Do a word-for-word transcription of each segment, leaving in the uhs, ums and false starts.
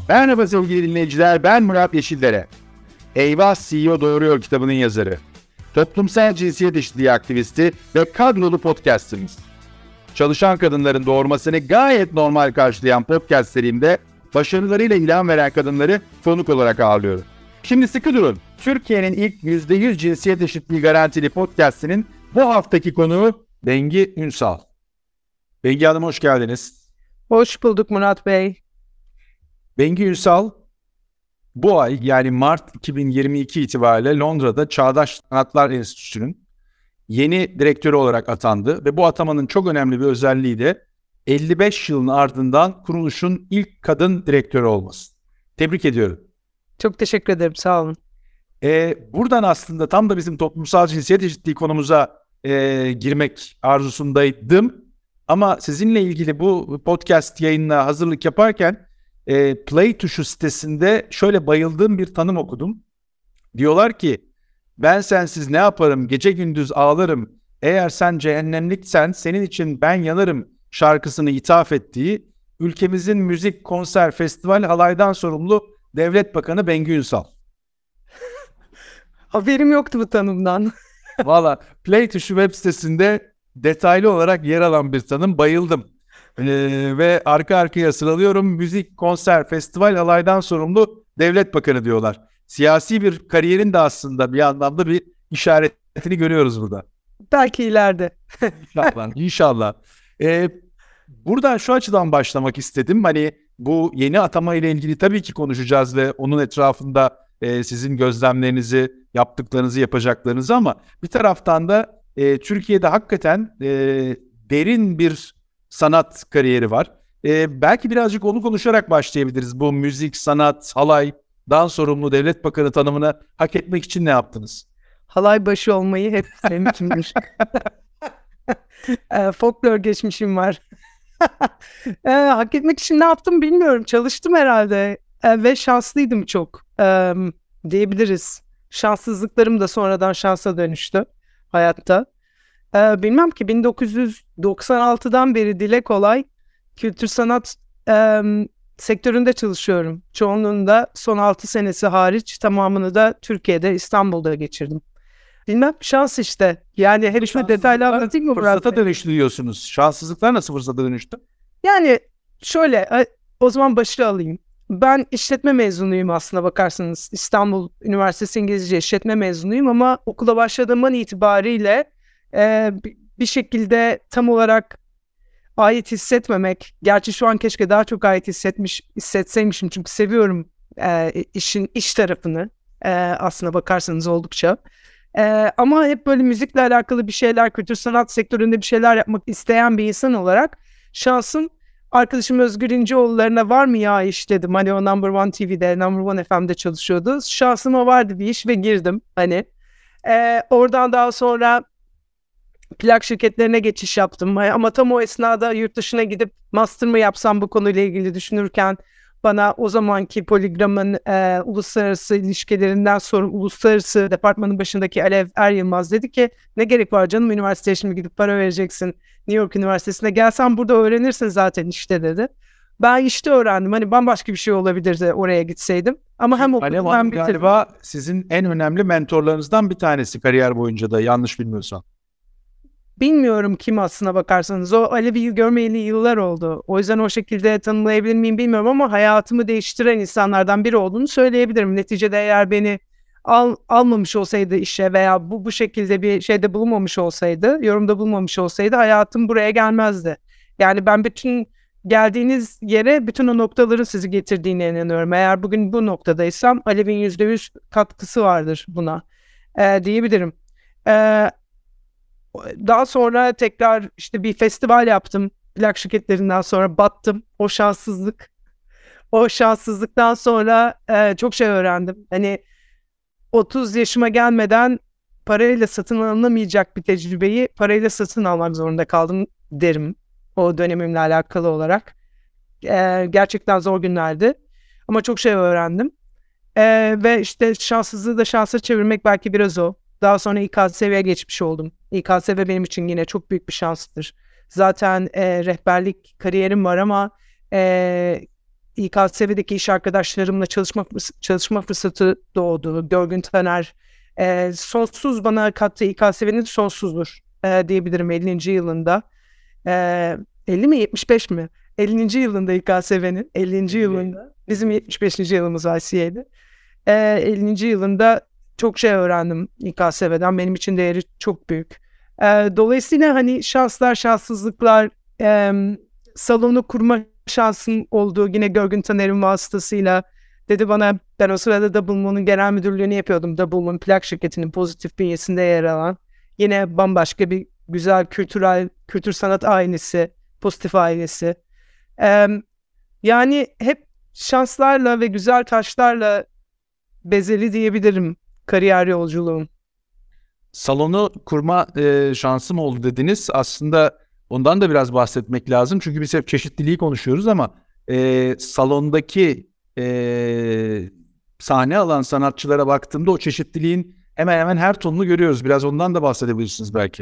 Merhaba sevgili dinleyiciler, ben Murat Yeşildere. Eyvah C E O Doğuruyor kitabının yazarı. Toplumsal cinsiyet eşitliği aktivisti ve kadrolu podcastımız. Çalışan kadınların doğurmasını gayet normal karşılayan podcast serimde başarılarıyla ilham veren kadınları konuk olarak ağırlıyorum. Şimdi sıkı durun. Türkiye'nin ilk yüzde yüz cinsiyet eşitliği garantili podcastinin bu haftaki konuğu Bengi Ünsal. Bengi Hanım hoş geldiniz. Hoş bulduk Murat Bey. Bengi Ünsal bu ay yani Mart iki bin yirmi iki itibariyle Londra'da Çağdaş Sanatlar Enstitüsü'nün yeni direktörü olarak atandı ve bu atamanın çok önemli bir özelliği de elli beş yılın ardından kuruluşun ilk kadın direktörü olması. Tebrik ediyorum. Çok teşekkür ederim, sağ olun. Ee, buradan aslında tam da bizim toplumsal cinsiyet eşitliği konumuza e, girmek arzusundaydım. Ama sizinle ilgili bu podcast yayınına hazırlık yaparken e, Play tuşu sitesinde şöyle bayıldığım bir tanım okudum. Diyorlar ki, ben sensiz ne yaparım, gece gündüz ağlarım, eğer sen cehennemliksen senin için ben yanarım şarkısını ithaf ettiği ülkemizin müzik, konser, festival, halaydan sorumlu Devlet Bakanı Bengi Ünsal. Haberim yoktu bu tanımdan. Valla Play tuşu web sitesinde detaylı olarak yer alan bir tanım, bayıldım. Ee, ve arka arkaya sıralıyorum, müzik, konser, festival, halaydan sorumlu Devlet Bakanı diyorlar. Siyasi bir kariyerin de aslında bir anlamda bir işaretini görüyoruz burada. Belki ileride. İnşallah. İnşallah. Ee, buradan şu açıdan başlamak istedim. Hani bu yeni atama ile ilgili tabii ki konuşacağız ve onun etrafında e, sizin gözlemlerinizi, yaptıklarınızı, yapacaklarınızı, ama bir taraftan da e, Türkiye'de hakikaten e, derin bir sanat kariyeri var. E, belki birazcık onu konuşarak başlayabiliriz. Bu müzik, sanat, halaydan sorumlu Devlet Bakanı tanımını hak etmek için ne yaptınız? Halay başı olmayı hep sevmişimdir. e, folklor geçmişim var. e, hak etmek için ne yaptım bilmiyorum. Çalıştım herhalde e, ve şanslıydım çok e, diyebiliriz. Şanssızlıklarım da sonradan şansa dönüştü hayatta. E, bilmem ki bin dokuz yüz doksan altıdan beri dile kolay kültür sanat e, sektöründe çalışıyorum. Çoğunluğunda son altı senesi hariç tamamını da Türkiye'de, İstanbul'da geçirdim. Bilmem, şans işte. Yani hep şu detaylı anlatayım mı? Fırsata dönüştü diyorsunuz. Şanssızlıklar nasıl fırsata dönüştü? Yani şöyle, o zaman başlığı alayım. Ben işletme mezunuyum aslına bakarsanız. İstanbul Üniversitesi İngilizce işletme mezunuyum ama okula başladığımdan itibariyle e, bir şekilde tam olarak ait hissetmemek. Gerçi şu an keşke daha çok ait hissetmiş hissetseymişim çünkü seviyorum e, işin iş tarafını e, aslına bakarsanız oldukça. Ee, ama hep böyle müzikle alakalı bir şeyler, kültür sanat sektöründe bir şeyler yapmak isteyen bir insan olarak şansım arkadaşım Özgür İnceoğullarına var mı ya iş dedim. Hani o Number One T V'de, Number One F M'de çalışıyordu. Şansıma vardı bir iş ve girdim. Hani ee, oradan daha sonra plak şirketlerine geçiş yaptım. Ama tam o esnada yurt dışına gidip master mı yapsam bu konuyla ilgili düşünürken bana o zamanki Poligram'ın e, uluslararası ilişkilerinden sorumlu uluslararası departmanın başındaki Alev Er Yılmaz dedi ki ne gerek var canım üniversiteye şimdi gidip para vereceksin New York Üniversitesi'ne, gelsen burada öğrenirsin zaten işte dedi. Ben işte öğrendim, hani bambaşka bir şey olabilirdi oraya gitseydim ama hem okudum hem bitirdim. Galiba sizin en önemli mentorlarınızdan bir tanesi kariyer boyunca da, yanlış bilmiyorsam. Bilmiyorum kim aslına bakarsanız. O Alevi'yi görmeyeli yıllar oldu. O yüzden o şekilde tanımlayabilir miyim bilmiyorum ama hayatımı değiştiren insanlardan biri olduğunu söyleyebilirim. Neticede eğer beni al, almamış olsaydı işe veya bu bu şekilde bir şeyde bulunmamış olsaydı, yorumda bulunmamış olsaydı hayatım buraya gelmezdi. Yani ben bütün geldiğiniz yere bütün o noktaların sizi getirdiğine inanıyorum. Eğer bugün bu noktadaysam Alev'in yüzde yüz katkısı vardır buna ee, diyebilirim. Ee, Daha sonra tekrar işte bir festival yaptım. Plak şirketlerinden sonra battım. O şanssızlık. O şanssızlıktan sonra e, çok şey öğrendim. Hani otuz yaşıma gelmeden parayla satın alınamayacak bir tecrübeyi parayla satın almak zorunda kaldım derim. O dönemimle alakalı olarak. E, gerçekten zor günlerdi. Ama çok şey öğrendim. E, ve işte şanssızlığı da şansa çevirmek belki biraz o. Daha sonra İ K S V'ye geçmiş oldum. İ K S V benim için yine çok büyük bir şanstır. Zaten e, rehberlik kariyerim var ama e, İ K S V'deki iş arkadaşlarımla çalışma, çalışma fırsatı doğdu. Görgün Taner e, sonsuz bana kattığı İ K S V'nin sonsuzdur e, diyebilirim ellinci yılında. E, elli mi yetmiş beş mi? ellinci yılında İ K S V'nin ellinci yılında bizim yetmiş beşinci yılımız I C A'ydı. E, ellinci yılında çok şey öğrendim İ K S V'den. Benim için değeri çok büyük. E, dolayısıyla hani şanslar, şanssızlıklar, e, salonu kurma şansım oldu. Yine Görgün Taner'in vasıtasıyla dedi bana, ben o sırada Double Moon'un genel müdürlüğünü yapıyordum. Double Moon plak şirketinin pozitif bünyesinde yer alan. Yine bambaşka bir güzel kültürel, kültür sanat ailesi, pozitif ailesi. E, yani hep şanslarla ve güzel taşlarla bezeli diyebilirim kariyer yolculuğum. Salonu kurma e, şansım oldu dediniz. Aslında ondan da biraz bahsetmek lazım. Çünkü biz hep çeşitliliği konuşuyoruz ama e, salondaki e, sahne alan sanatçılara baktığımda o çeşitliliğin hemen hemen her tonunu görüyoruz. Biraz ondan da bahsedebilirsiniz belki.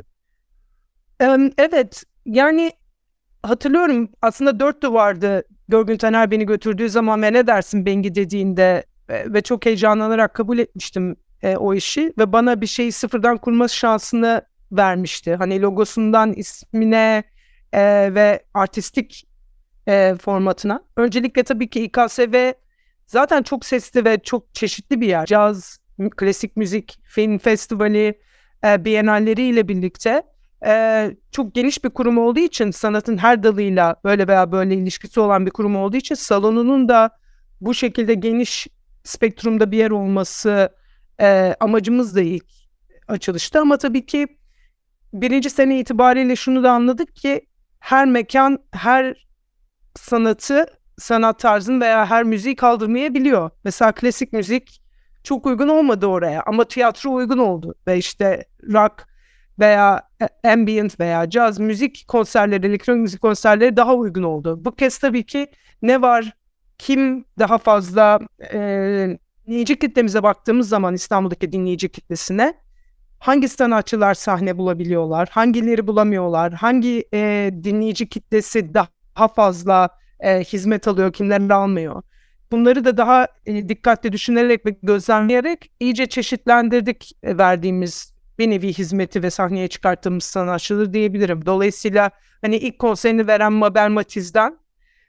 Evet, yani hatırlıyorum aslında dört duvardı Görgün Taner beni götürdüğü zaman ve ne dersin Bengi dediğinde e, ve çok heyecanlanarak kabul etmiştim e, o işi ve bana bir şeyi sıfırdan kurma şansını vermişti. Hani logosundan ismine e, ve artistik e, formatına. Öncelikle tabii ki İ K S V zaten çok sesli ve çok çeşitli bir yer. Caz, klasik müzik, film festivali, e, bienalleriyle birlikte e, çok geniş bir kurum olduğu için, sanatın her dalıyla böyle veya böyle ilişkisi olan bir kurum olduğu için salonunun da bu şekilde geniş spektrumda bir yer olması e, amacımız da ilk açılışta. Ama tabii ki birinci sene itibariyle şunu da anladık ki her mekan her sanatı, sanat tarzını veya her müziği kaldırmayabiliyor. Mesela klasik müzik çok uygun olmadı oraya ama tiyatro uygun oldu ve işte rock veya ambient veya caz müzik konserleri, elektronik müzik konserleri daha uygun oldu. Bu kez tabii ki ne var, kim daha fazla e, dinleyici kitlemize baktığımız zaman İstanbul'daki dinleyici kitlesine hangi sanatçılar sahne bulabiliyorlar, hangileri bulamıyorlar, hangi e, dinleyici kitlesi daha fazla e, hizmet alıyor, kimler almıyor. Bunları da daha e, dikkatli düşünerek ve gözlemleyerek iyice çeşitlendirdik e, verdiğimiz bir nevi hizmeti ve sahneye çıkarttığımız sanatçıları diyebilirim. Dolayısıyla hani ilk konserini veren Mabel Matiz'den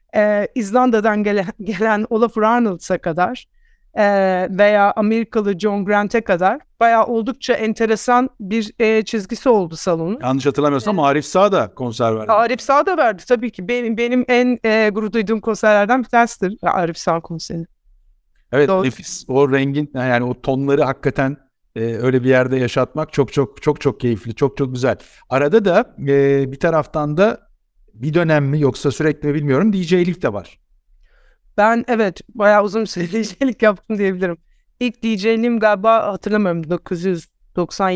e, İzlanda'dan gelen, gelen Olafur Arnalds'a kadar e, veya Amerikalı John Grant'e kadar bayağı oldukça enteresan bir e, çizgisi oldu salonun. Yanlış hatırlamıyorsam Arif Sağ da konser verdi. Arif Sağ da verdi tabii ki. Benim benim en e, gurur duyduğum konserlerden bir tanesidir Arif Sağ konseri. Evet, Doğru. nefis. O rengin yani o tonları hakikaten e, öyle bir yerde yaşatmak çok çok çok çok keyifli, çok çok güzel. Arada da e, bir taraftan da bir dönem mi yoksa sürekli mi bilmiyorum D J'lik de var. Ben evet bayağı uzun süre D J'lik yaptım diyebilirim. İlk D J'liğim galiba hatırlamıyorum dokuz yüz doksan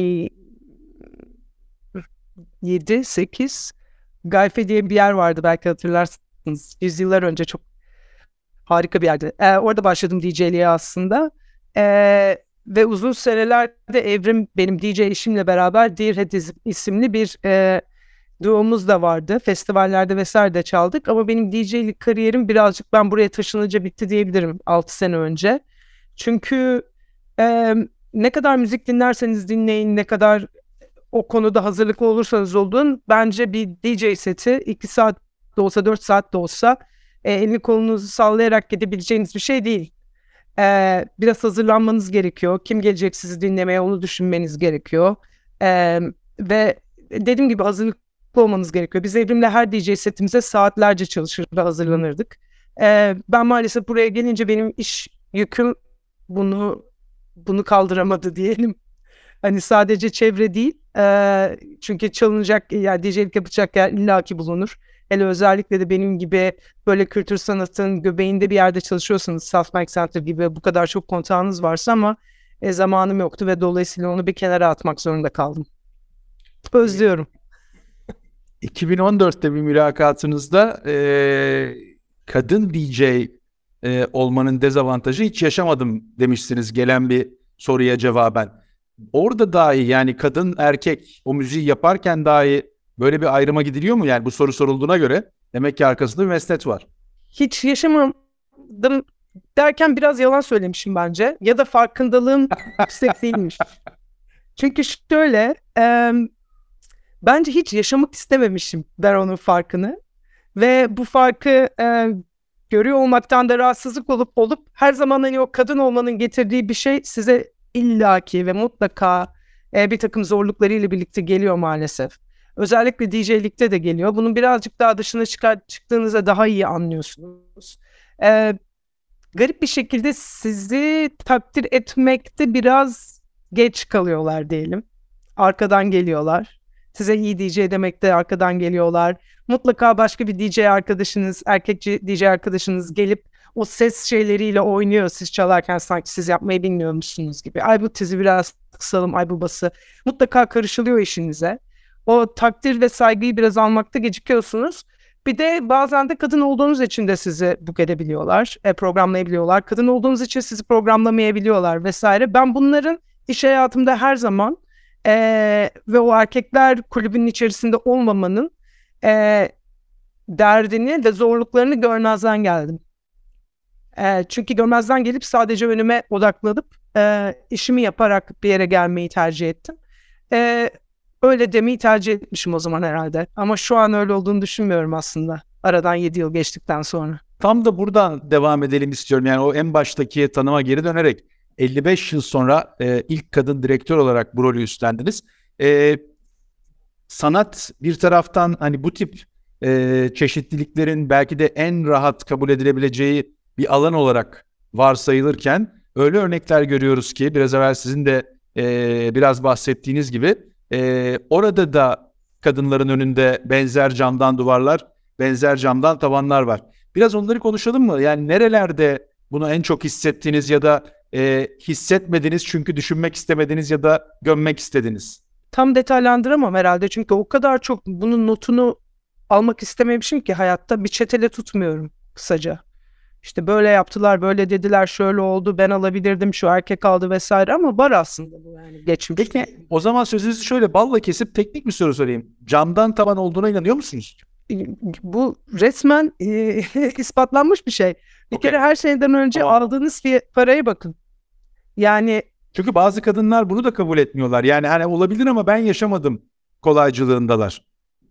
yedi sekiz Gayfe diye bir yer vardı, belki hatırlarsınız. Yüzyıllar önce çok harika bir yerdi. Ee, orada başladım D J'liğe aslında. Ee, ve uzun senelerde Evrim benim D J işimle beraber Dearhead isimli bir e, duomuz da vardı. Festivallerde vesaire de çaldık ama benim D J'lik kariyerim birazcık ben buraya taşınınca bitti diyebilirim altı sene önce. Çünkü e, ne kadar müzik dinlerseniz dinleyin, ne kadar o konuda hazırlıklı olursanız olun, bence bir D J seti iki saat de olsa dört saat de olsa e, elini kolunuzu sallayarak gidebileceğiniz bir şey değil. E, biraz hazırlanmanız gerekiyor. Kim gelecek sizi dinlemeye, onu düşünmeniz gerekiyor. E, ve dediğim gibi hazırlıklı olmanız gerekiyor. Biz Evrim'le her D J setimize saatlerce çalışır ve hazırlanırdık. E, ben maalesef buraya gelince benim iş yüküm bunu bunu kaldıramadı diyelim. Hani sadece çevre değil, e, çünkü çalınacak, yani D J'lik yapacak yer illaki bulunur. Hele özellikle de benim gibi böyle kültür sanatın göbeğinde bir yerde çalışıyorsanız, South Mike Center gibi bu kadar çok kontağınız varsa, ama e, zamanım yoktu ve dolayısıyla onu bir kenara atmak zorunda kaldım. Özlüyorum. iki bin on dörtte bir mülakatınızda e, kadın D J e, olmanın dezavantajı hiç yaşamadım demişsiniz gelen bir soruya cevaben. Orada dahi yani kadın erkek o müziği yaparken dahi böyle bir ayrıma gidiliyor mu? Yani bu soru sorulduğuna göre demek ki arkasında bir mesnet var. Hiç yaşamam farkındaydım derken biraz yalan söylemişim bence. Ya da farkındalığım yüksek değilmiş. Çünkü şöyle, e, bence hiç yaşamak istememişim ben onun farkını. Ve bu farkı e, görüyor olmaktan da rahatsızlık olup olup her zaman hani o kadın olmanın getirdiği bir şey size illaki ve mutlaka e, bir takım zorluklarıyla birlikte geliyor maalesef. Özellikle D J'likte de geliyor. Bunun birazcık daha dışına çıkar, çıktığınızda daha iyi anlıyorsunuz. E, garip bir şekilde sizi takdir etmekte biraz geç kalıyorlar diyelim. Arkadan geliyorlar. Size iyi D J demekte arkadan geliyorlar. Mutlaka başka bir D J arkadaşınız, erkek D J arkadaşınız gelip o ses şeyleriyle oynuyor siz çalarken, sanki siz yapmayı bilmiyormuşsunuz gibi. Ay bu tizi biraz kısalım, ay bu bası. Mutlaka karışılıyor işinize. O takdir ve saygıyı biraz almakta gecikiyorsunuz. Bir de bazen de kadın olduğunuz için de sizi book edebiliyorlar, e, programlayabiliyorlar. Kadın olduğunuz için sizi programlamayabiliyorlar vesaire. Ben bunların iş hayatımda her zaman e, ve o erkekler kulübünün içerisinde olmamanın e, derdini ve zorluklarını görmezden geldim. E, çünkü görmezden gelip sadece önüme odaklanıp e, işimi yaparak bir yere gelmeyi tercih ettim. E, öyle demeyi tercih etmişim o zaman herhalde. Ama şu an öyle olduğunu düşünmüyorum aslında. Aradan yedi yıl geçtikten sonra. Tam da buradan devam edelim istiyorum. Yani o en baştaki tanıma geri dönerek elli beş yıl sonra e, ilk kadın direktör olarak bu rolü üstlendiniz. E, sanat bir taraftan hani bu tip e, çeşitliliklerin belki de en rahat kabul edilebileceği bir alan olarak varsayılırken öyle örnekler görüyoruz ki biraz evvel sizin de e, biraz bahsettiğiniz gibi e, orada da kadınların önünde benzer camdan duvarlar, benzer camdan tavanlar var. Biraz onları konuşalım mı? Yani nerelerde bunu en çok hissettiğiniz ya da e, hissetmediniz çünkü düşünmek istemediniz ya da gömmek istediniz? Tam detaylandıramam herhalde çünkü o kadar çok bunun notunu almak istememişim ki hayatta bir çetele tutmuyorum kısaca. İşte böyle yaptılar, böyle dediler, şöyle oldu, ben alabilirdim, şu erkek aldı vesaire ama var aslında bu yani geçmiş. Peki o zaman sözünüzü şöyle balla kesip teknik bir soru sorayım. Camdan tavan olduğuna inanıyor musunuz? Bu resmen e, ispatlanmış bir şey. Bir okay. kere her şeyden önce tamam. aldığınız paraya bakın. Yani çünkü bazı kadınlar bunu da kabul etmiyorlar. Yani hani olabilir ama ben yaşamadım kolaycılığındalar.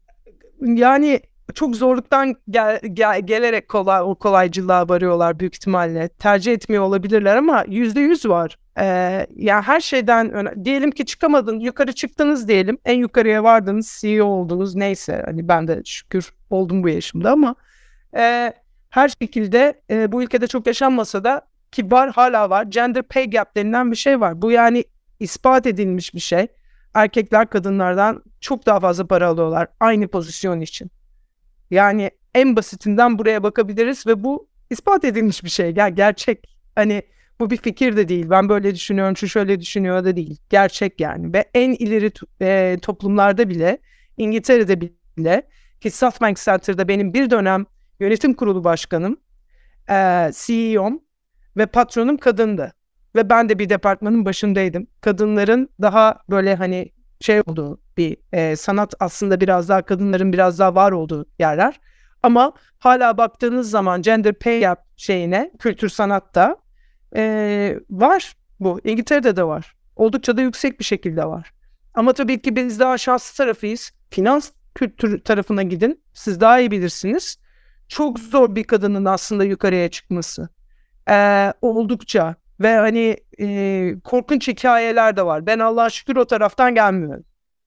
Yani çok zorluktan gel, gel, gelerek kolay, o kolaycılığa varıyorlar büyük ihtimalle. Tercih etmiyor olabilirler ama yüzde yüz var. Ee, yani her şeyden öne, diyelim ki çıkamadın, yukarı çıktınız diyelim. En yukarıya vardınız, C E O oldunuz neyse. Hani ben de şükür oldum bu yaşımda ama e, her şekilde e, bu ülkede çok yaşanmasa da ki var, hala var. Gender pay gap denilen bir şey var. Bu yani ispat edilmiş bir şey. Erkekler kadınlardan çok daha fazla para alıyorlar aynı pozisyon için. Yani en basitinden buraya bakabiliriz ve bu ispat edilmiş bir şey. Yani gerçek. Hani bu bir fikir de değil. Ben böyle düşünüyorum, şu şöyle düşünüyor da değil. Gerçek yani. Ve en ileri e, toplumlarda bile, İngiltere'de bile ki Southbank Center'da benim bir dönem yönetim kurulu başkanım, e, C E O'm ve patronum kadındı. Ve ben de bir departmanın başındaydım. Kadınların daha böyle hani şey olduğu bir e, sanat aslında biraz daha kadınların biraz daha var olduğu yerler. Ama hala baktığınız zaman gender pay gap şeyine kültür sanatta e, var bu. İngiltere'de de var. Oldukça da yüksek bir şekilde var. Ama tabii ki biz daha şanslı tarafıyız. Finans kültür tarafına gidin. Siz daha iyi bilirsiniz. Çok zor bir kadının aslında yukarıya çıkması. E, oldukça. Ve hani e, korkunç hikayeler de var. Ben Allah'a şükür o taraftan gelmiyorum.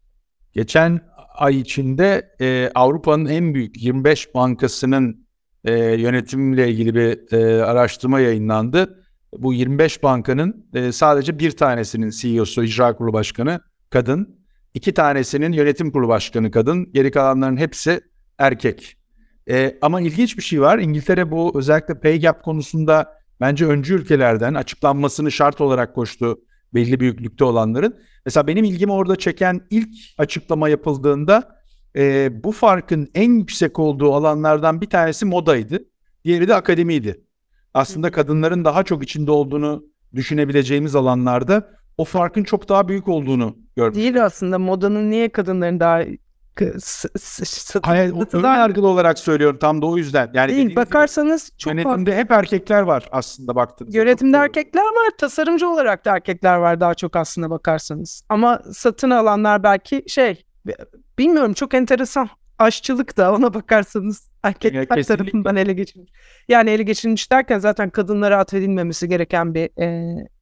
Geçen ay içinde e, Avrupa'nın en büyük yirmi beş bankasının e, yönetimiyle ilgili bir e, araştırma yayınlandı. Bu yirmi beş bankanın e, sadece bir tanesinin C E O'su, icra kurulu başkanı kadın. İki tanesinin yönetim kurulu başkanı kadın. Geri kalanların hepsi erkek. E, ama ilginç bir şey var. İngiltere bu özellikle pay gap konusunda bence öncü ülkelerden, açıklanmasını şart olarak koştu belli büyüklükte olanların. Mesela benim ilgimi orada çeken ilk açıklama yapıldığında e, bu farkın en yüksek olduğu alanlardan bir tanesi modaydı. Diğeri de akademiydi. Aslında kadınların daha çok içinde olduğunu düşünebileceğimiz alanlarda o farkın çok daha büyük olduğunu gördüm. Değil aslında, modanın niye kadınların daha Hayır, ön yargılı olarak söylüyorum tam da o yüzden. Yani değil, bakarsanız gibi, çok yönetimde hep erkekler var aslında baktığınızda. Yönetimde erkekler var, tasarımcı olarak da erkekler var daha çok aslında bakarsanız. Ama satın alanlar belki şey, bilmiyorum, çok enteresan. Aşçılık da ona bakarsanız erkekler yani tarafından ele geçirilmiş. Yani ele geçirilmiş derken zaten kadınlara atfedilmemesi gereken bir e,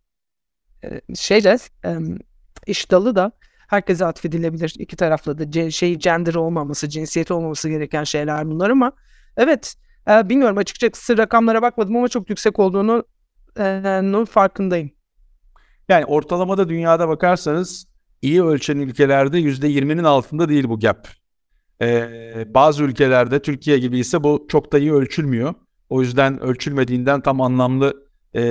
e, şey de e, iş dalı da herkese atfedilebilir. İki taraflı da c- şey gender olmaması, cinsiyet olmaması gereken şeyler bunlar ama evet, e, bilmiyorum, açıkçası rakamlara bakmadım ama çok yüksek olduğunu e, farkındayım. Yani ortalamada dünyada bakarsanız iyi ölçen ülkelerde yüzde yirminin altında değil bu gap. Ee, bazı ülkelerde Türkiye gibi ise bu çok da iyi ölçülmüyor. O yüzden ölçülmediğinden tam anlamlı e,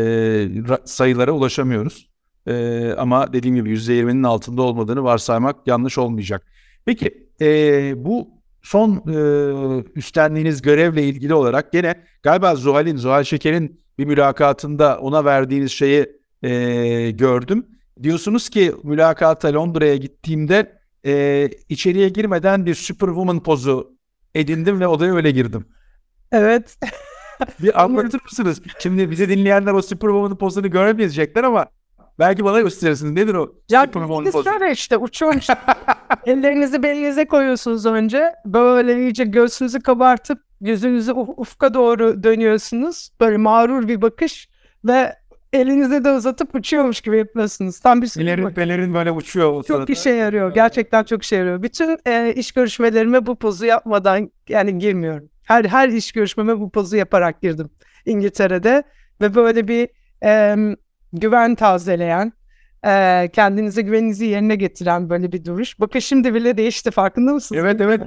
sayılara ulaşamıyoruz. E, ama dediğim gibi yüzde yirminin altında olmadığını varsaymak yanlış olmayacak. Peki e, bu son e, üstlendiğiniz görevle ilgili olarak gene galiba Zuhal'in, Zuhal Şeker'in bir mülakatında ona verdiğiniz şeyi e, gördüm. Diyorsunuz ki mülakata Londra'ya gittiğimde e, içeriye girmeden bir Superwoman pozu edindim ve odaya öyle girdim. Evet. Bir anlatır mısınız? Şimdi bizi dinleyenler o Superwoman pozunu göremeyecekler ama belki bana gösterirsiniz. Nedir o ya Superwoman pozu? Ya işte uçuyormuş. Ellerinizi belinize koyuyorsunuz önce. Böyle iyice göğsünüzü kabartıp yüzünüzü ufka doğru dönüyorsunuz. Böyle mağrur bir bakış ve elinizi de uzatıp uçuyormuş gibi yapıyorsunuz. Tam bir pelerin, pelerin böyle uçuyor o çok sırada. işe yarıyor. Gerçekten çok işe yarıyor. Bütün e, iş görüşmelerime bu pozu yapmadan yani girmiyorum. Her her iş görüşmeme bu pozu yaparak girdim İngiltere'de ve böyle bir e, güven tazeleyen, e, kendinize güveninizi yerine getiren böyle bir duruş. Bakın şimdi bile değişti, farkında mısınız? Evet evet.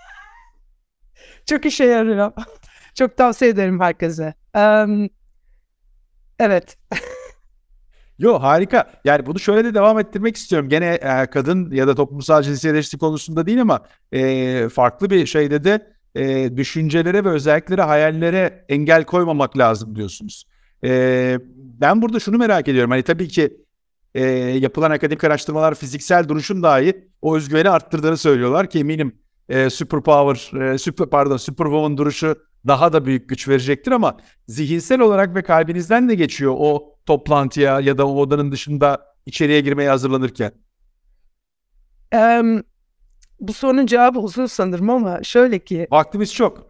Çok işe yarıyor. Çok tavsiye ederim herkese. Um, evet. Yo harika. Yani bunu şöyle de devam ettirmek istiyorum. Gene e, kadın ya da toplumsal cinsiyet eşitliği konusunda değil ama e, farklı bir şeyde de e, düşüncelere ve özelliklere, hayallere engel koymamak lazım diyorsunuz. E, ben burada şunu merak ediyorum. Hani tabii ki e, yapılan akademik araştırmalar fiziksel duruşun dahi o özgüveni arttırdığını söylüyorlar ki eminim e, superpower, e, super pardon superwoman duruşu daha da büyük güç verecektir ama zihinsel olarak ve kalbinizden de geçiyor o toplantıya ya da o odanın dışında içeriye girmeye hazırlanırken? Um, bu sorunun cevabı uzun sanırım ama şöyle ki. Vaktimiz çok.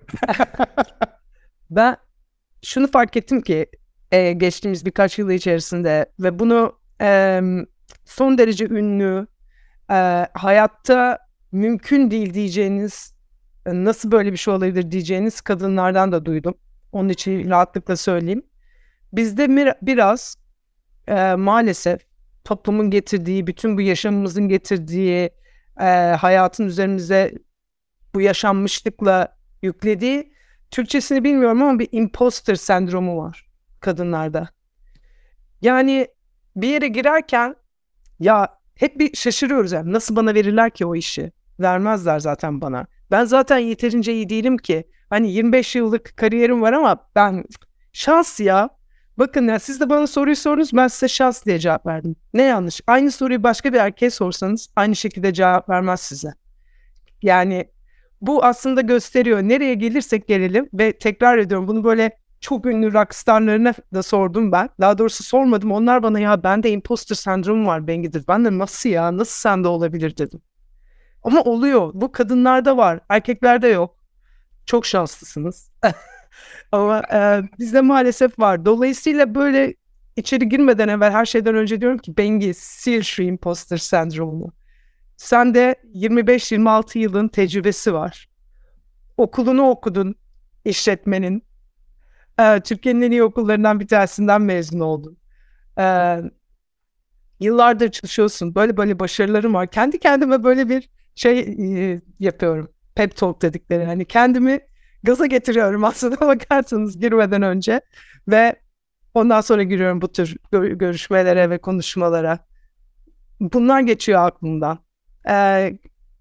Ben şunu fark ettim ki e, geçtiğimiz birkaç yıl içerisinde ve bunu e, son derece ünlü, e, hayatta mümkün değil diyeceğiniz, e, nasıl böyle bir şey olabilir diyeceğiniz kadınlardan da duydum. Onun için rahatlıkla söyleyeyim. Bizde bir, biraz e, maalesef toplumun getirdiği, bütün bu yaşamımızın getirdiği, e, hayatın üzerimize bu yaşanmışlıkla yüklediği, Türkçesini bilmiyorum ama bir imposter sendromu var kadınlarda. Yani bir yere girerken ya hep bir şaşırıyoruz yani, nasıl bana verirler ki o işi? Vermezler zaten bana. Ben zaten yeterince iyi değilim ki. Hani yirmi beş yıllık kariyerim var ama ben şans ya. Bakın ya, siz de bana soruyu sordunuz, ben size şans diye cevap verdim. Ne yanlış? Aynı soruyu başka bir erkeğe sorsanız aynı şekilde cevap vermez size. Yani bu aslında gösteriyor. Nereye gelirsek gelelim ve tekrar ediyorum, bunu böyle çok ünlü rockstarlarına da sordum ben. Daha doğrusu sormadım. Onlar bana ya bende imposter sendromu var Bengi'dir. Ben de nasıl ya, nasıl sende olabilir dedim. Ama oluyor. Bu kadınlarda var. Erkeklerde yok. Çok şanslısınız. Ama e, bizde maalesef var. Dolayısıyla böyle içeri girmeden evvel her şeyden önce diyorum ki Bengi, sil şu imposter sendromunu. Sende yirmi beş yirmi altı yılın tecrübesi var. Okulunu okudun, işletmenin. Ee, Türkiye'nin en iyi okullarından bir tanesinden mezun oldun. Ee, yıllardır çalışıyorsun. Böyle böyle başarılarım var. Kendi kendime böyle bir şey e, yapıyorum. Pep talk dedikleri. Hani kendimi gaza getiriyorum aslında bakarsanız girmeden önce. Ve ondan sonra giriyorum bu tür gör- görüşmelere ve konuşmalara. Bunlar geçiyor aklımdan. Ee,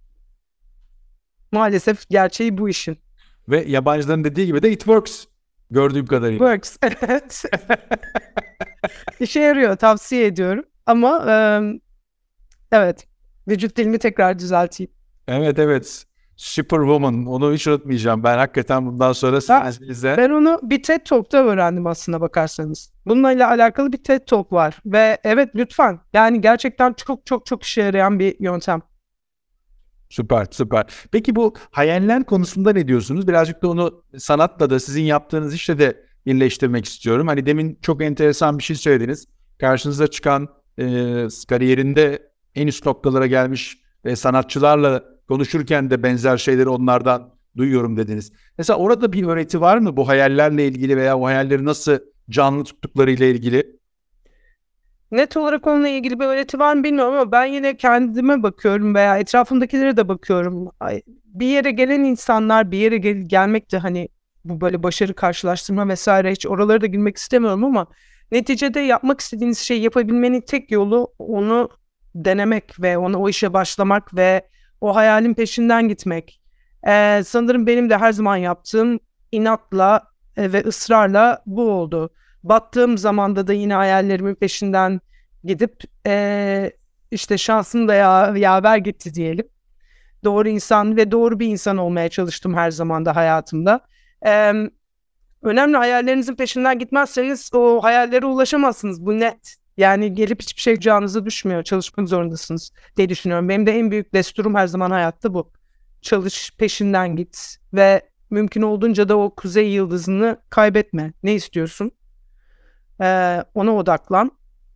maalesef gerçeği bu işin. Ve yabancıların dediği gibi de it works gördüğüm kadarıyla. Works, evet. İşe yarıyor, tavsiye ediyorum. Ama e, evet, vücut dilimi tekrar düzelteyim. Evet evet. Superwoman. Onu hiç unutmayacağım. Ben hakikaten bundan sonra Ben, sizle. ben onu bir TED Talk'ta öğrendim aslına bakarsanız. Bununla ile alakalı bir TED Talk var. Ve evet, lütfen. Yani gerçekten çok çok çok işe yarayan bir yöntem. Süper, süper. Peki bu hayaller konusunda ne diyorsunuz? Birazcık da onu sanatla da sizin yaptığınız işle de birleştirmek istiyorum. Hani demin çok enteresan bir şey söylediniz. Karşınıza çıkan e, kariyerinde en üst noktalara gelmiş ve sanatçılarla konuşurken de benzer şeyleri onlardan duyuyorum dediniz. Mesela orada bir öğreti var mı bu hayallerle ilgili veya o hayalleri nasıl canlı tuttuklarıyla ilgili? Net olarak onunla ilgili bir öğreti var mı bilmiyorum ama ben yine kendime bakıyorum veya etrafımdakilere de bakıyorum. Ay, bir yere gelen insanlar, bir yere gel- gelmek de hani bu böyle başarı karşılaştırma vesaire, hiç oralara da girmek istemiyorum ama neticede yapmak istediğiniz şeyi yapabilmenin tek yolu onu denemek ve ona o işe başlamak ve o hayalin peşinden gitmek. Ee, sanırım benim de her zaman yaptığım inatla e, ve ısrarla bu oldu. Battığım zamanda da yine hayallerimin peşinden gidip eee, işte şansım da ya, yaver gitti diyelim. Doğru insan ve doğru bir insan olmaya çalıştım her zaman da hayatımda. Eee, önemli, hayallerinizin peşinden gitmezseniz o hayallere ulaşamazsınız. Bu net. Yani gelip hiçbir şey canınıza düşmüyor. Çalışmak zorundasınız diye düşünüyorum. Benim de en büyük desturum her zaman hayatta bu. Çalış, peşinden git ve mümkün olduğunca da o kuzey yıldızını kaybetme. Ne istiyorsun? Ee, ona odaklan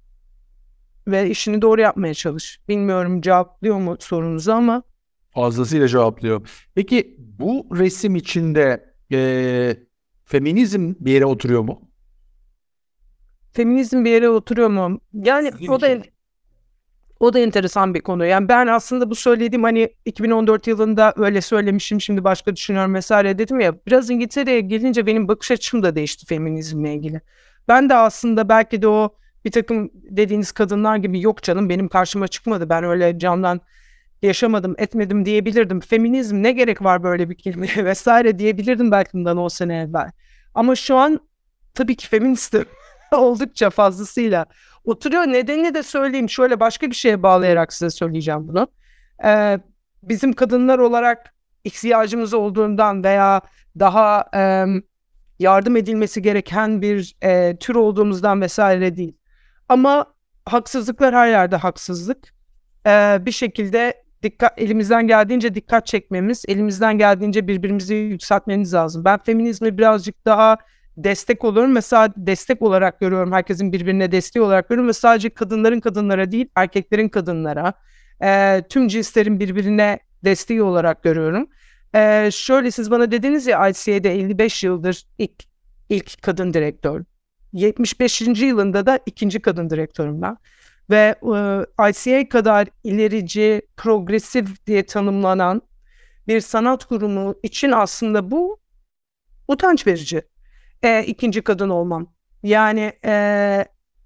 ve işini doğru yapmaya çalış. Bilmiyorum cevaplıyor mu sorunuzu ama Fazlasıyla cevaplıyor. Peki bu resim içinde eee, feminizm bir yere oturuyor mu? feminizm bir yere oturuyor mu? Yani Sizin o da için. o da enteresan bir konu. Yani ben aslında bu söylediğim hani iki bin on dört yılında öyle söylemişim, şimdi başka düşünüyorum vesaire dedim ya. Biraz İngiltere'ye gelince benim bakış açım da değişti feminizmle ilgili. Ben de aslında belki de o bir takım dediğiniz kadınlar gibi yok canım benim karşıma çıkmadı. Ben öyle camdan yaşamadım, etmedim diyebilirdim. Feminizm ne gerek var böyle bir kelimeye vesaire diyebilirdim belki bundan on sene evvel. Ama şu an tabii ki feministim oldukça fazlasıyla oturuyor. Nedenini de söyleyeyim. Şöyle başka bir şeye bağlayarak size söyleyeceğim bunu. Ee, bizim kadınlar olarak ihtiyacımız olduğundan veya daha e, yardım edilmesi gereken bir e, tür olduğumuzdan vesaire değil. Ama haksızlıklar her yerde haksızlık. Ee, bir şekilde dikkat, elimizden geldiğince dikkat çekmemiz, elimizden geldiğince birbirimizi yükseltmemiz lazım. Ben feminizmi birazcık daha destek olurum. Mesela destek olarak görüyorum. Herkesin birbirine desteği olarak görüyorum ve sadece kadınların kadınlara değil, erkeklerin kadınlara, e, tüm cinslerin birbirine desteği olarak görüyorum. E, şöyle siz bana dediniz ya I C A'de elli beş yıldır ilk ilk kadın direktör. yetmiş beşinci yılında da ikinci kadın direktörüm ben. Ve e, I C A kadar ilerici, progresif diye tanımlanan bir sanat kurumu için aslında bu utanç verici. E, ikinci kadın olmam. Yani e,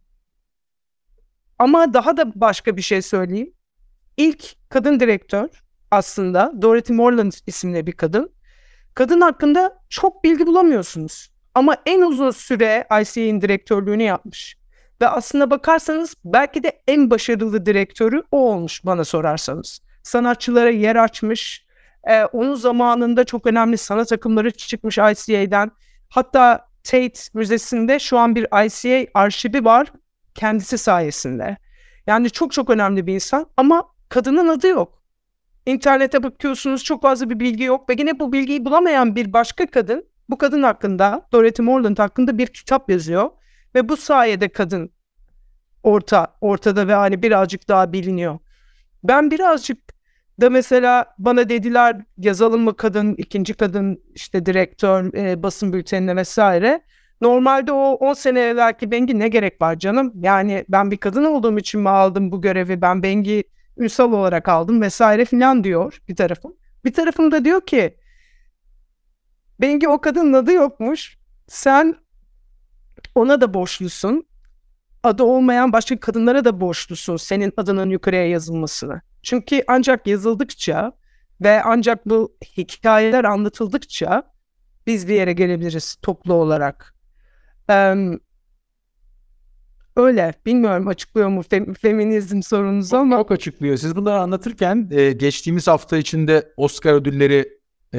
ama daha da başka bir şey söyleyeyim. İlk kadın direktör aslında Dorothy Morland isimli bir kadın. Kadın hakkında çok bilgi bulamıyorsunuz. Ama en uzun süre I C A'nin direktörlüğünü yapmış. Ve aslına bakarsanız belki de en başarılı direktörü o olmuş bana sorarsanız. Sanatçılara yer açmış. Ee, onun zamanında çok önemli sanat akımları çıkmış I C A'den. Hatta Tate Müzesi'nde şu an bir I C A arşivi var kendisi sayesinde. Yani çok çok önemli bir insan ama kadının adı yok. İnternete bakıyorsunuz çok fazla bir bilgi yok ve yine bu bilgiyi bulamayan bir başka kadın bu kadın hakkında, Dorothy Morland hakkında bir kitap yazıyor ve bu sayede kadın orta ortada ve hani birazcık daha biliniyor. Ben birazcık da mesela bana dediler yazalım mı kadın, ikinci kadın işte direktör, e, basın bültenine vesaire. Normalde o on sene evvelki Bengi ne gerek var canım? Yani ben bir kadın olduğum için mi aldım bu görevi? Ben Bengi Ünsal olarak aldım vesaire filan diyor bir tarafım. Bir tarafım da diyor ki Bengi o kadının adı yokmuş. Sen ona da borçlusun. Adı olmayan başka kadınlara da borçlusun senin adının yukarıya yazılmasını. Çünkü ancak yazıldıkça ve ancak bu hikayeler anlatıldıkça biz bir yere gelebiliriz toplu olarak. Ee, Öyle. Bilmiyorum açıklıyor mu fem- feminizm sorunuzu ama. Çok açıklıyor. Siz bunları anlatırken e, geçtiğimiz hafta içinde Oscar ödülleri e,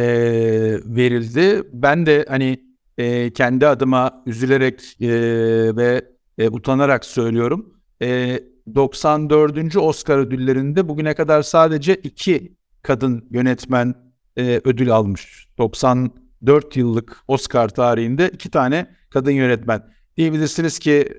verildi. Ben de hani e, kendi adıma üzülerek e, ve e, utanarak söylüyorum. E, doksan dördüncü Oscar ödüllerinde bugüne kadar sadece iki kadın yönetmen e, ödül almış. doksan dört yıllık Oscar tarihinde iki tane kadın yönetmen. Diyebilirsiniz ki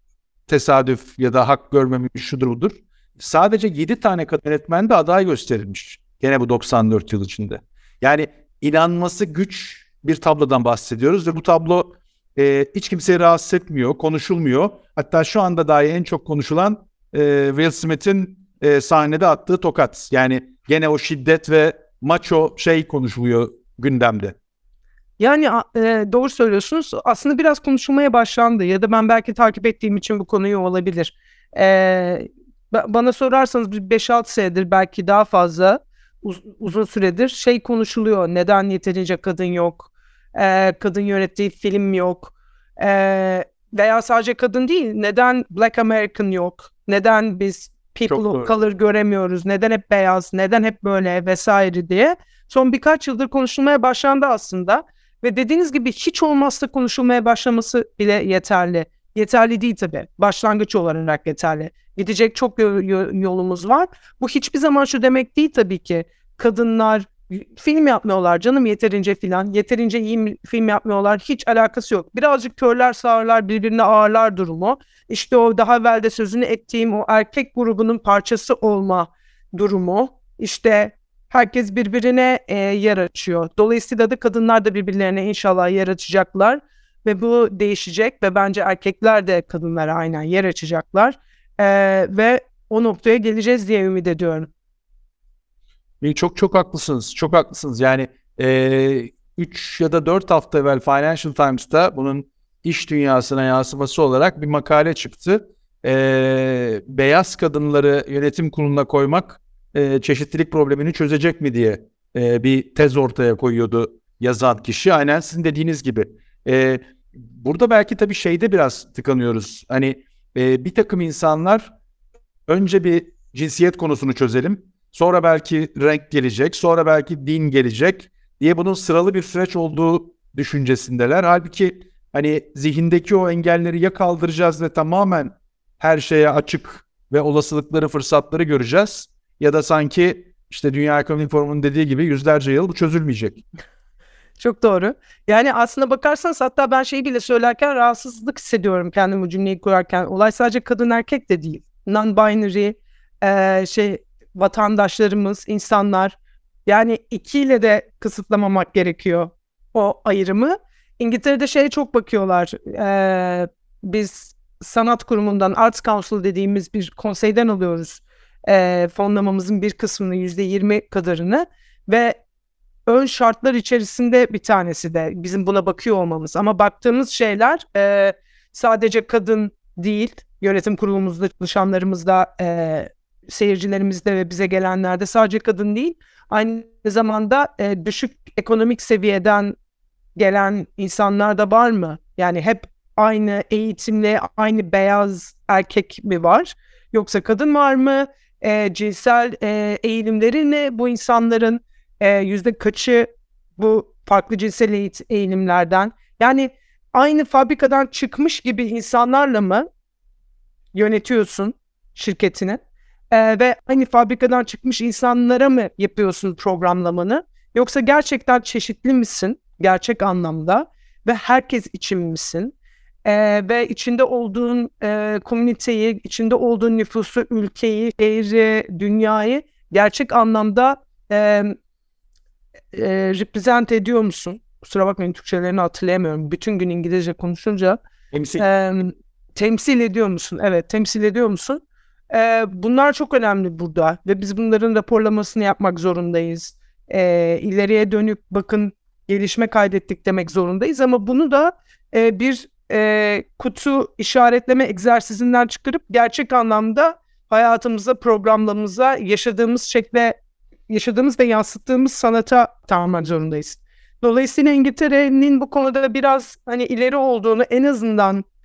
tesadüf ya da hak görmemiş şudur budur. Sadece yedi tane kadın yönetmen de aday gösterilmiş. Gene bu doksan dört yıl içinde. Yani inanması güç bir tablodan bahsediyoruz ve bu tablo e, hiç kimseyi rahatsız etmiyor, konuşulmuyor. Hatta şu anda dahi en çok konuşulan e, Will Smith'in e, sahnede attığı tokat. Yani gene o şiddet ve macho şey konuşuluyor gündemde. Yani e, doğru söylüyorsunuz. Aslında biraz konuşulmaya başlandı ya da ben belki takip ettiğim için bu konuyu olabilir. E, ba- bana sorarsanız bir beş altı senedir belki daha fazla uz- uzun süredir şey konuşuluyor. Neden yeterince kadın yok? E, kadın yönettiği film yok? E, veya sadece kadın değil. Neden Black American yok? Neden biz People of Color göremiyoruz? Neden hep beyaz? Neden hep böyle vesaire diye. Son birkaç yıldır konuşulmaya başlandı aslında. Ve dediğiniz gibi hiç olmazsa konuşulmaya başlaması bile yeterli. Yeterli değil tabii. Başlangıç olarak yeterli. Gidecek çok yolumuz var. Bu hiçbir zaman şu demek değil tabii ki. Kadınlar film yapmıyorlar canım yeterince filan. Yeterince iyi film yapmıyorlar. Hiç alakası yok. Birazcık körler sağırlar birbirine ağırlar durumu. İşte o daha evvel de sözünü ettiğim o erkek grubunun parçası olma durumu. İşte herkes birbirine e, yer açıyor. Dolayısıyla da kadınlar da birbirlerine inşallah yer açacaklar. Ve bu değişecek ve bence erkekler de kadınlara aynen yer açacaklar. E, ve o noktaya geleceğiz diye ümit ediyorum. Çok çok haklısınız. Çok haklısınız. Yani üç e, ya da dört hafta evvel Financial Times'ta bunun iş dünyasına yansıması olarak bir makale çıktı. E, beyaz kadınları yönetim kuruluna koymak e, çeşitlilik problemini çözecek mi diye e, bir tez ortaya koyuyordu yazan kişi. Aynen sizin dediğiniz gibi. E, burada belki tabii şeyde biraz tıkanıyoruz. Hani e, bir takım insanlar önce bir cinsiyet konusunu çözelim. Sonra belki renk gelecek, sonra belki din gelecek diye bunun sıralı bir süreç olduğu düşüncesindeler. Halbuki hani zihindeki o engelleri ya kaldıracağız ve tamamen her şeye açık ve olasılıkları, fırsatları göreceğiz. Ya da sanki işte Dünya Ekonomik Forumu'nun dediği gibi yüzlerce yıl bu çözülmeyecek. Çok doğru. Yani aslına bakarsanız hatta ben şeyi bile söylerken rahatsızlık hissediyorum kendim bu cümleyi kurarken. Olay sadece kadın erkek de değil. Non-binary e, şey vatandaşlarımız, insanlar. Yani ikiyle de kısıtlamamak gerekiyor o ayrımı. İngiltere'de şeye çok bakıyorlar. E, biz sanat kurumundan Arts Council dediğimiz bir konseyden alıyoruz. E, fonlamamızın bir kısmını yüzde yirmi kadarını ve ön şartlar içerisinde bir tanesi de bizim buna bakıyor olmamız. Ama baktığımız şeyler e, sadece kadın değil, yönetim kurulumuzda, çalışanlarımızda, e, seyircilerimizde ve bize gelenlerde sadece kadın değil, aynı zamanda e, düşük ekonomik seviyeden gelen insanlar da var mı? Yani hep aynı eğitimli, aynı beyaz erkek mi var? Yoksa kadın var mı? E, cinsel e, eğilimleri ne bu insanların? E, yüzde kaçı bu farklı cinsel eğilimlerden? Yani aynı fabrikadan çıkmış gibi insanlarla mı yönetiyorsun şirketini? E, ve aynı fabrikadan çıkmış insanlara mı yapıyorsun programlamanı? Yoksa gerçekten çeşitli misin? Gerçek anlamda ve herkes için misin? Ee, ve içinde olduğun e, komüniteyi, içinde olduğun nüfusu, ülkeyi, şehri, dünyayı gerçek anlamda e, e, represent ediyor musun? Kusura bakmayın Türkçelerini hatırlayamıyorum. Bütün gün İngilizce konuşunca. Temsil. E, temsil ediyor musun? Evet, temsil ediyor musun? E, bunlar çok önemli burada ve biz bunların raporlamasını yapmak zorundayız. E, ileriye dönük bakın gelişme kaydettik demek zorundayız ama bunu da e, bir e, kutu işaretleme egzersizinden çıkarıp gerçek anlamda hayatımıza, programlarımıza, yaşadığımız şekle, yaşadığımız ve yansıttığımız sanata aktarmak zorundayız. Dolayısıyla İngiltere'nin bu konuda biraz hani ileri olduğunu en azından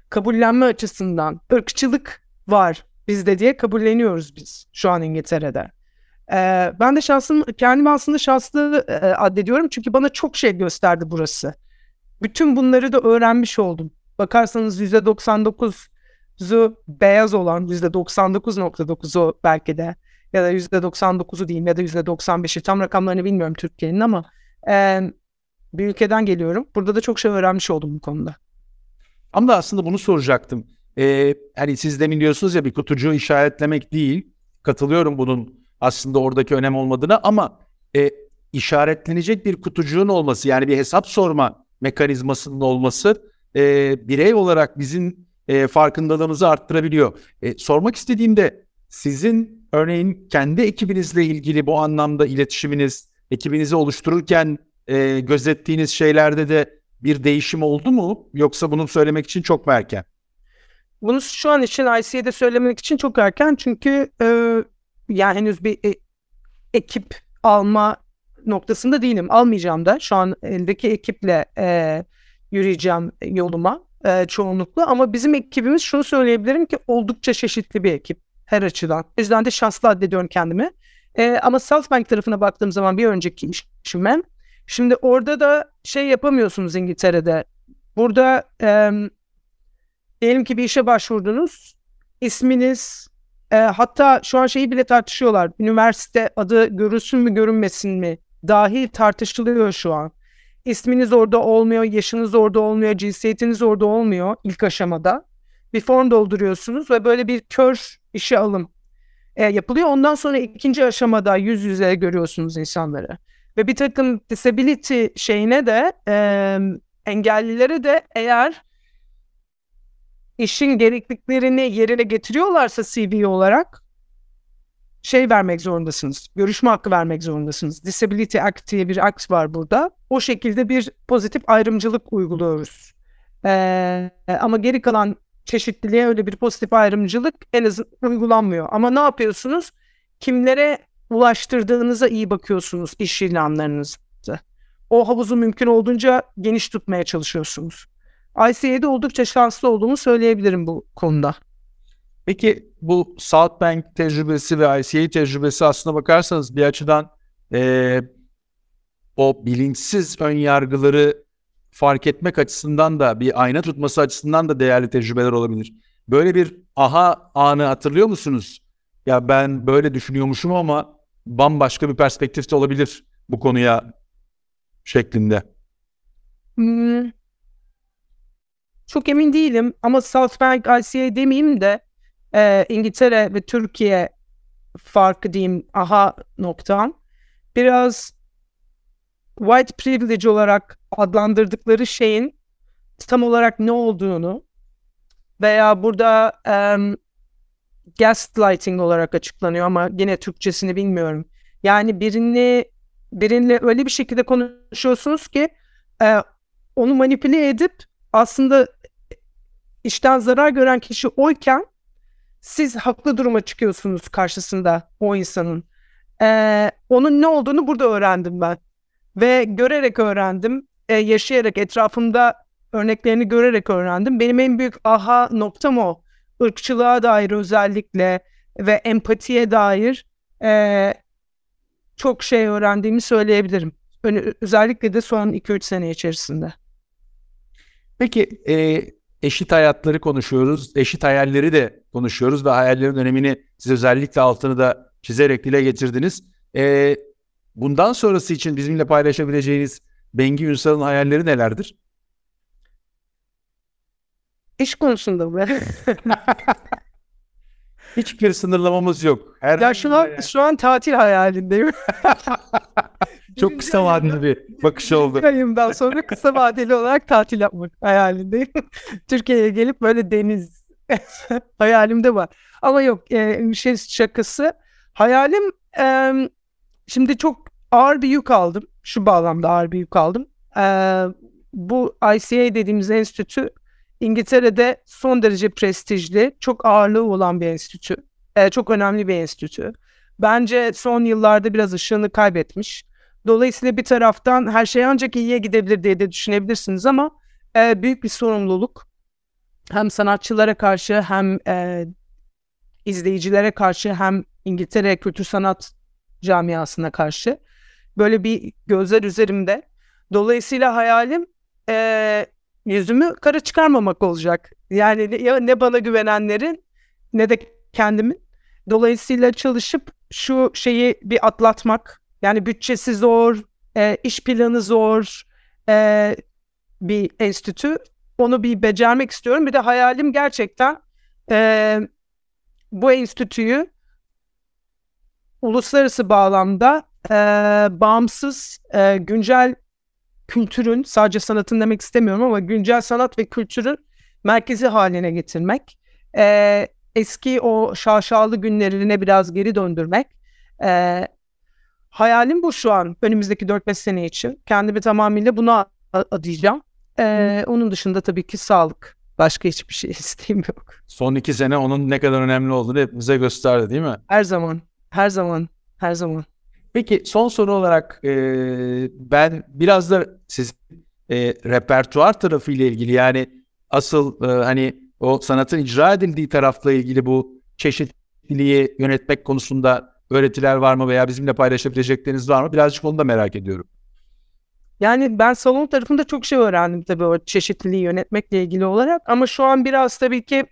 kabullenme açısından ırkçılık var bizde diye kabulleniyoruz biz şu an İngiltere'de. Ee, ben de şansım, kendimi aslında şanslı e, addediyorum çünkü bana çok şey gösterdi burası. Bütün bunları da öğrenmiş oldum. Bakarsanız yüzde doksan dokuzu beyaz olan, yüzde doksan dokuz nokta dokuzu belki de ya da yüzde doksan dokuzu diyeyim ya da yüzde doksan beşi, tam rakamlarını bilmiyorum Türkiye'nin, ama e, bir ülkeden geliyorum. Burada da çok şey öğrenmiş oldum bu konuda. Ama da aslında bunu soracaktım. Ee, hani siz demin diyorsunuz ya, bir kutucuğu işaretlemek değil. Katılıyorum bunun aslında oradaki önem olmadığına, ama e, işaretlenecek bir kutucuğun olması, yani bir hesap sorma mekanizmasının olması e, birey olarak bizim e, farkındalığımızı arttırabiliyor. E, sormak istediğimde, sizin örneğin kendi ekibinizle ilgili bu anlamda iletişiminiz, ekibinizi oluştururken e, gözettiğiniz şeylerde de bir değişim oldu mu? Yoksa bunu söylemek için çok mu erken? Bunu şu an için I C A'de söylemek için çok erken çünkü e, yani henüz bir e, ekip alma noktasında değilim. Almayacağım da. Şu an eldeki ekiple e, yürüyeceğim yoluma e, çoğunlukla. Ama bizim ekibimiz, şunu söyleyebilirim ki, oldukça çeşitli bir ekip her açıdan. O yüzden de şanslı addediyorum kendimi. E, ama Southbank tarafına baktığım zaman, bir önceki işime, şimdi orada da şey yapamıyorsunuz İngiltere'de. Burada e, diyelim ki bir işe başvurdunuz. İsminiz, e, hatta şu an şeyi bile tartışıyorlar. Üniversite adı görülsün mü görünmesin mi? Dahi tartışılıyor şu an. İsminiz orada olmuyor, yaşınız orada olmuyor, cinsiyetiniz orada olmuyor ilk aşamada. Bir form dolduruyorsunuz ve böyle bir kör işe alım e, yapılıyor. Ondan sonra ikinci aşamada yüz yüze görüyorsunuz insanları. Ve bir takım disability şeyine de e, engellilere de eğer işin gerekliliklerini yerine getiriyorlarsa C V olarak şey vermek zorundasınız. Görüşme hakkı vermek zorundasınız. Disability Act diye bir akt var burada. O şekilde bir pozitif ayrımcılık uyguluyoruz. Ee, ama geri kalan çeşitliliğe öyle bir pozitif ayrımcılık en azından uygulanmıyor. Ama ne yapıyorsunuz? Kimlere ulaştırdığınıza iyi bakıyorsunuz iş ilanlarınızı. O havuzu mümkün olduğunca geniş tutmaya çalışıyorsunuz. I C A'de oldukça şanslı olduğumu söyleyebilirim bu konuda. Peki bu Southbank tecrübesi ve I C A tecrübesi, aslına bakarsanız bir açıdan e, o bilinçsiz ön yargıları fark etmek açısından da, bir ayna tutması açısından da değerli tecrübeler olabilir. Böyle bir aha anı hatırlıyor musunuz? Ya ben böyle düşünüyormuşum ama bambaşka bir perspektifte olabilir bu konuya şeklinde. Hmm. Çok emin değilim ama Southbank I C A demeyeyim de e, İngiltere ve Türkiye farkı diyeyim, aha noktam. Biraz white privilege olarak adlandırdıkları şeyin tam olarak ne olduğunu veya burada um, gaslighting olarak açıklanıyor ama yine Türkçesini bilmiyorum. Yani birini birinle öyle bir şekilde konuşuyorsunuz ki e, onu manipüle edip aslında işten zarar gören kişi oyken siz haklı duruma çıkıyorsunuz karşısında o insanın. Ee, onun ne olduğunu burada öğrendim ben. Ve görerek öğrendim. Ee, yaşayarak, etrafımda örneklerini görerek öğrendim. Benim en büyük aha noktam o. Irkçılığa dair özellikle ve empatiye dair e, çok şey öğrendiğimi söyleyebilirim. Ö- özellikle de son iki üç sene içerisinde. Peki e, eşit hayatları konuşuyoruz, eşit hayalleri de konuşuyoruz ve hayallerin önemini siz özellikle altını da çizerek dile getirdiniz. E, bundan sonrası için bizimle paylaşabileceğiniz Bengi Ünsal'ın hayalleri nelerdir? İş konusunda mı? Hiçbir sınırlamamız yok. Her ya şu an, şu an tatil hayalindeyim. Çok kısa vadeli bir bakış oldu. Ayımdan sonra kısa vadeli olarak tatil yapmak hayalindeyim. Türkiye'ye gelip böyle deniz hayalimde var. Ama yok, e, şey şakası. Hayalim e, şimdi çok ağır bir yük aldım. Şu bağlamda ağır bir yük aldım. E, bu I C A dediğimiz enstitü İngiltere'de son derece prestijli, çok ağırlığı olan bir enstitü. E, çok önemli bir enstitü. Bence son yıllarda biraz ışığını kaybetmiş. Dolayısıyla bir taraftan her şey ancak iyiye gidebilir diye de düşünebilirsiniz ama e, büyük bir sorumluluk. hem sanatçılara karşı hem e, izleyicilere karşı hem İngiltere kültür sanat camiasına karşı böyle bir gözler üzerimde. Dolayısıyla hayalim e, yüzümü kara çıkarmamak olacak. Yani ne, ne bana güvenenlerin ne de kendimin. Dolayısıyla çalışıp şu şeyi bir atlatmak. Yani bütçesi zor, e, iş planı zor e, bir enstitü. Onu bir becermek istiyorum. Bir de hayalim gerçekten e, bu enstitüyü uluslararası bağlamda e, bağımsız, e, güncel kültürün, sadece sanatın demek istemiyorum ama güncel sanat ve kültürün merkezi haline getirmek. E, eski o şaşalı günlerine biraz geri döndürmek. E, hayalim bu şu an önümüzdeki dört beş sene için. Kendimi tamamıyla buna adayacağım. E, onun dışında tabii ki sağlık. Başka hiçbir şey isteğim yok. Son iki sene onun ne kadar önemli olduğunu hepimize gösterdi değil mi? Her zaman, her zaman, her zaman. Peki son soru olarak e, ben biraz da sizin e, repertuar tarafı ile ilgili, yani asıl e, hani o sanatın icra edildiği tarafla ilgili bu çeşitliliği yönetmek konusunda öğretiler var mı veya bizimle paylaşabilecekleriniz var mı? Birazcık onu da merak ediyorum. Yani ben salon tarafında çok şey öğrendim tabii o çeşitliliği yönetmekle ilgili olarak. Ama şu an biraz tabii ki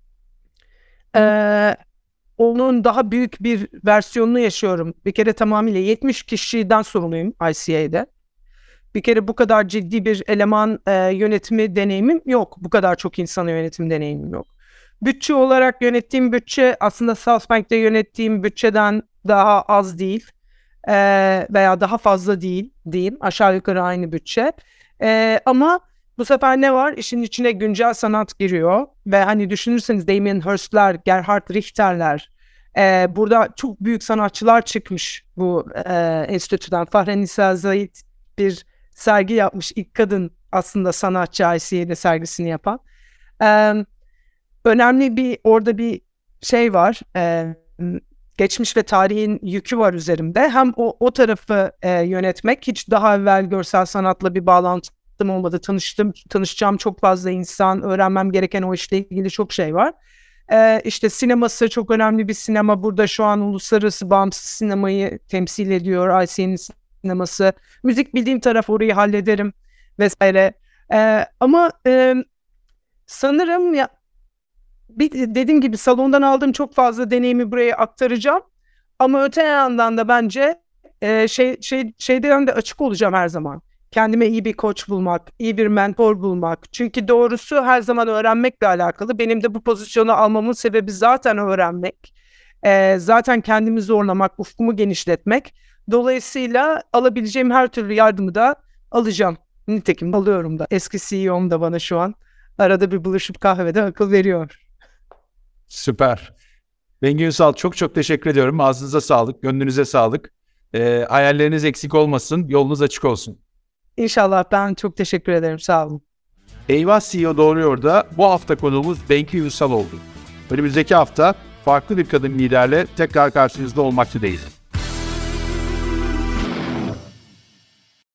e, onun daha büyük bir versiyonunu yaşıyorum. Bir kere tamamıyla yetmiş kişiden sorumluyum I C A'de. Bir kere bu kadar ciddi bir eleman e, yönetimi deneyimim yok. Bu kadar çok insan yönetim deneyimim yok. Bütçe olarak yönettiğim bütçe aslında Southbank'te yönettiğim bütçeden daha az değil. E, veya daha fazla değil diyeyim. Aşağı yukarı aynı bütçe. E, ama bu sefer ne var? İşin içine güncel sanat giriyor. Ve hani düşünürseniz Damien Hirst'ler, Gerhard Richter'ler, e, burada çok büyük sanatçılar çıkmış bu e, enstitüden. Fahrenisa Zayit bir sergi yapmış. İlk kadın aslında sanatçı I C A'de sergisini yapan. E, önemli bir orada bir şey var. E, geçmiş ve tarihin yükü var üzerimde. Hem o, o tarafı e, yönetmek, hiç daha evvel görsel sanatla bir bağlantım olmadı. Tanıştım, tanışacağım çok fazla insan, öğrenmem gereken o işle ilgili çok şey var. Ee, işte sineması çok önemli bir sinema. Burada şu an uluslararası bağımsız sinemayı temsil ediyor I C A'nin sineması. Müzik bildiğim taraf, orayı hallederim vesaire. Ee, ama e, sanırım ya bir, dediğim gibi salondan aldığım çok fazla deneyimi buraya aktaracağım. Ama öte yandan da bence e, şey şey şeyden de açık olacağım her zaman. Kendime iyi bir koç bulmak, iyi bir mentor bulmak. Çünkü doğrusu her zaman öğrenmekle alakalı. Benim de bu pozisyonu almamın sebebi zaten öğrenmek. Ee, zaten kendimi zorlamak, ufkumu genişletmek. Dolayısıyla alabileceğim her türlü yardımı da alacağım. Nitekim alıyorum da. Eski C E O'm da bana şu an arada bir buluşup kahvede akıl veriyor. Süper. Bengi Ünsal, çok çok teşekkür ediyorum. Ağzınıza sağlık, gönlünüze sağlık. Ee, hayalleriniz eksik olmasın, yolunuz açık olsun. İnşallah, ben çok teşekkür ederim. Sağ olun. Eyvah C E O Doğruyor da bu hafta konuğumuz Bengi Ünsal oldu. Önümüzdeki hafta farklı bir kadın liderle tekrar karşınızda olmak üzereyiz.